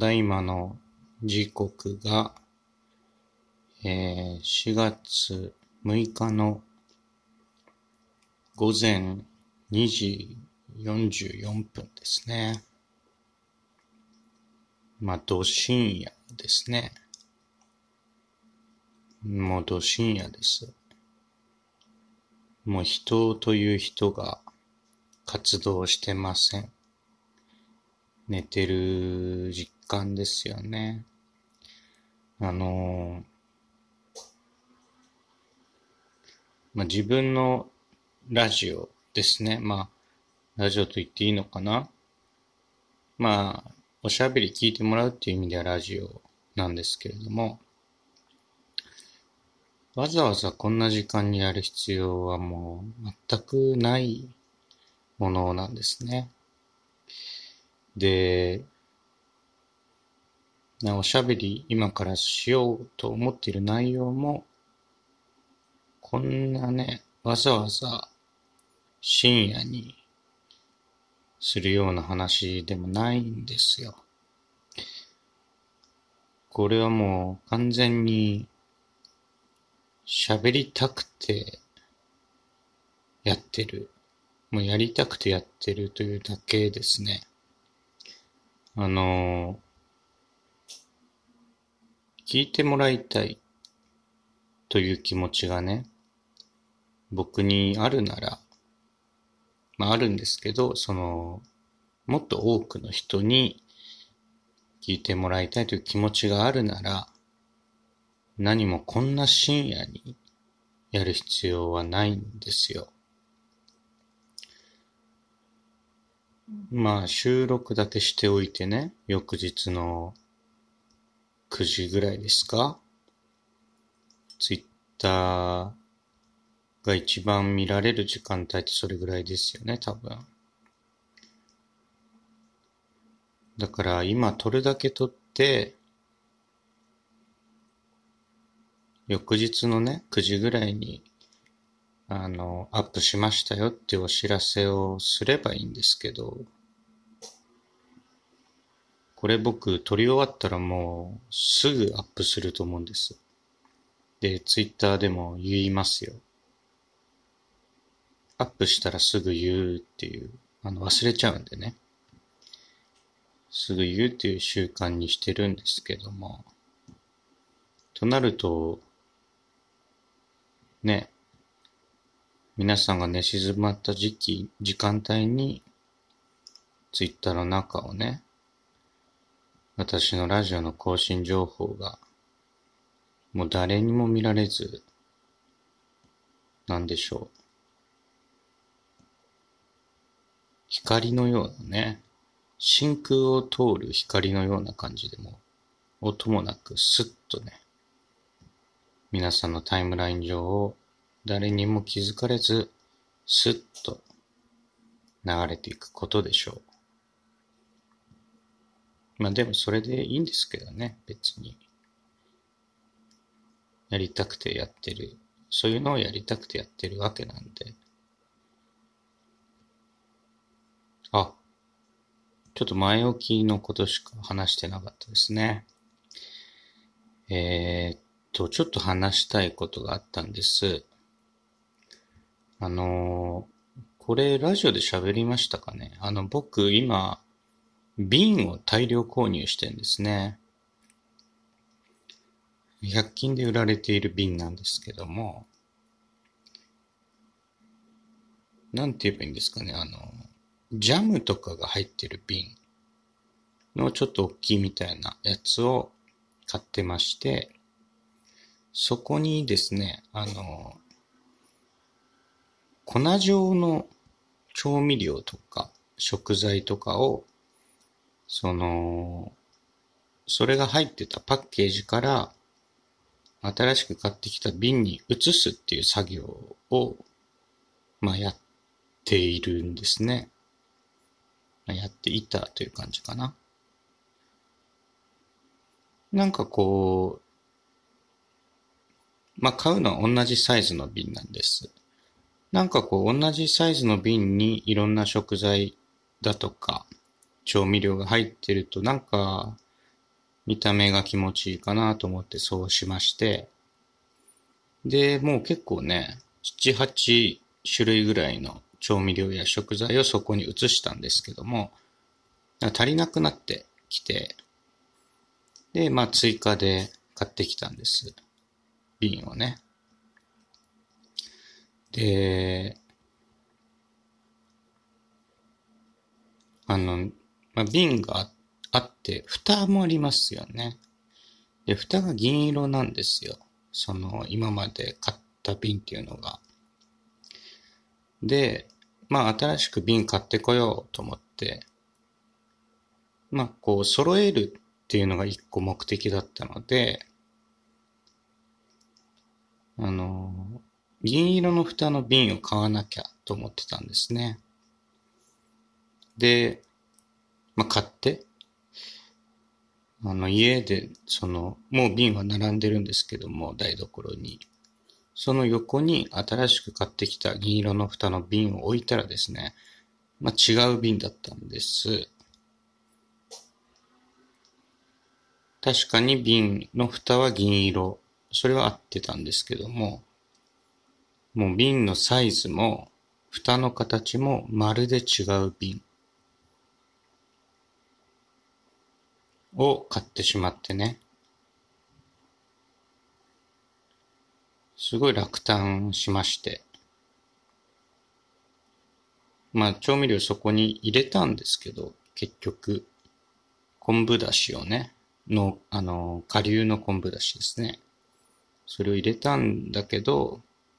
だいまの時刻が、4月6日の午前2時44分ですね。ど深夜ですね。もうど深夜です。もう人という人が活動してません。寝てる実感ですよね。自分のラジオですね。ラジオと言っていいのかな。おしゃべり聞いてもらうっていう意味ではラジオなんですけれども、わざわざこんな時間にやる必要はもう全くないものなんですね。で、おしゃべり今からしようと思っている内容も、こんなね、わざわざ深夜にするような話でもないんですよ。これはもう完全に喋りたくてやってる。もうやりたくてやってるというだけですね。聞いてもらいたいという気持ちがね、僕にあるなら、あるんですけど、もっと多くの人に聞いてもらいたいという気持ちがあるなら、何もこんな深夜にやる必要はないんですよ。収録だけしておいてね、翌日の9時ぐらいですか？ツイッターが一番見られる時間帯ってそれぐらいですよね、多分。だから今撮るだけ撮って、翌日のね、9時ぐらいに、アップしましたよっていうお知らせをすればいいんですけど、これ僕撮り終わったらもうすぐアップすると思うんです。で、ツイッターでも言いますよ。アップしたらすぐ言うっていう、忘れちゃうんでね。すぐ言うっていう習慣にしてるんですけども。となると、ね、皆さんが寝静まった時間帯に、ツイッターの中をね、私のラジオの更新情報が、もう誰にも見られず、なんでしょう。光のようなね、真空を通る光のような感じでも、音もなくスッとね、皆さんのタイムライン上を誰にも気づかれず、スッと流れていくことでしょう。でもそれでいいんですけどね、別に。やりたくてやってる。そういうのをやりたくてやってるわけなんで。ちょっと前置きのことしか話してなかったですね。ちょっと話したいことがあったんです。これラジオで喋りましたかね。僕今、瓶を大量購入してんですね。100均で売られている瓶なんですけども、なんて言えばいいんですかね。ジャムとかが入ってる瓶のちょっと大きいみたいなやつを買ってまして、そこにですね、粉状の調味料とか食材とかを、それが入ってたパッケージから新しく買ってきた瓶に移すっていう作業を、やっているんですね。やっていたという感じかな。なんかこう、買うのは同じサイズの瓶なんです。なんかこう同じサイズの瓶にいろんな食材だとか調味料が入ってるとなんか見た目が気持ちいいかなと思ってそうしまして、で、もう結構ね、7、8種類ぐらいの調味料や食材をそこに移したんですけども、足りなくなってきて、で、追加で買ってきたんです。瓶をね。で、瓶があって、蓋もありますよね。で、蓋が銀色なんですよ。今まで買った瓶っていうのが。で、新しく瓶買ってこようと思って、揃えるっていうのが一個目的だったので、銀色の蓋の瓶を買わなきゃと思ってたんですね。で、買って、家で、もう瓶は並んでるんですけども、台所に。その横に新しく買ってきた銀色の蓋の瓶を置いたらですね、違う瓶だったんです。確かに瓶の蓋は銀色。それは合ってたんですけども、もう瓶のサイズも、蓋の形もまるで違う瓶を買ってしまってね。すごい落胆しまして。調味料そこに入れたんですけど、結局、昆布だしをね、顆粒の昆布だしですね。それを入れたんだけど、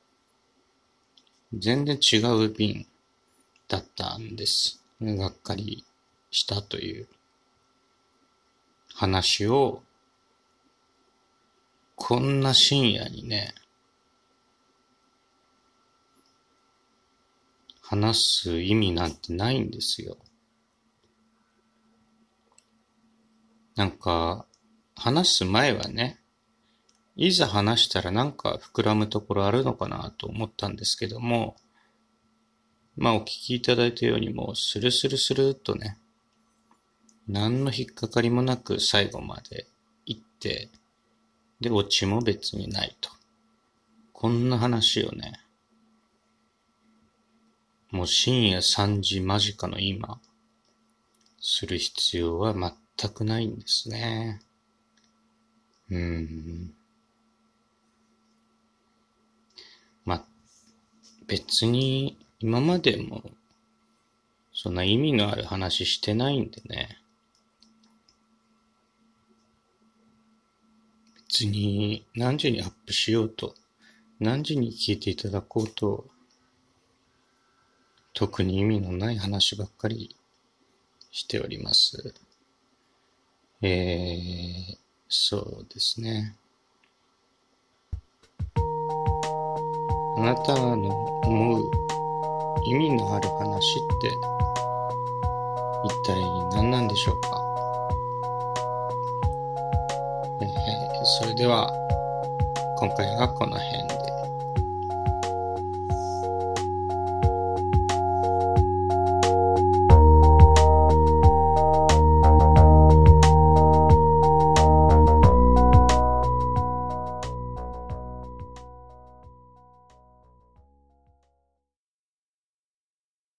全然違う瓶だったんです。がっかりしたという話を、こんな深夜にね、話す意味なんてないんですよ。話す前はね、いざ話したら膨らむところあるのかなと思ったんですけども、お聞きいただいたようにもうスルスルスルっとね、何の引っかかりもなく最後まで行って、で、オチも別にないと。こんな話をね、もう深夜3時間近の今、する必要は全くないんですね。別に今までもそんな意味のある話してないんでね。別に何時にアップしようと、何時に聞いていただこうと、特に意味のない話ばっかりしております。そうですね。あなたの思う意味のある話って一体何なんでしょうか。それでは今回はこの辺で。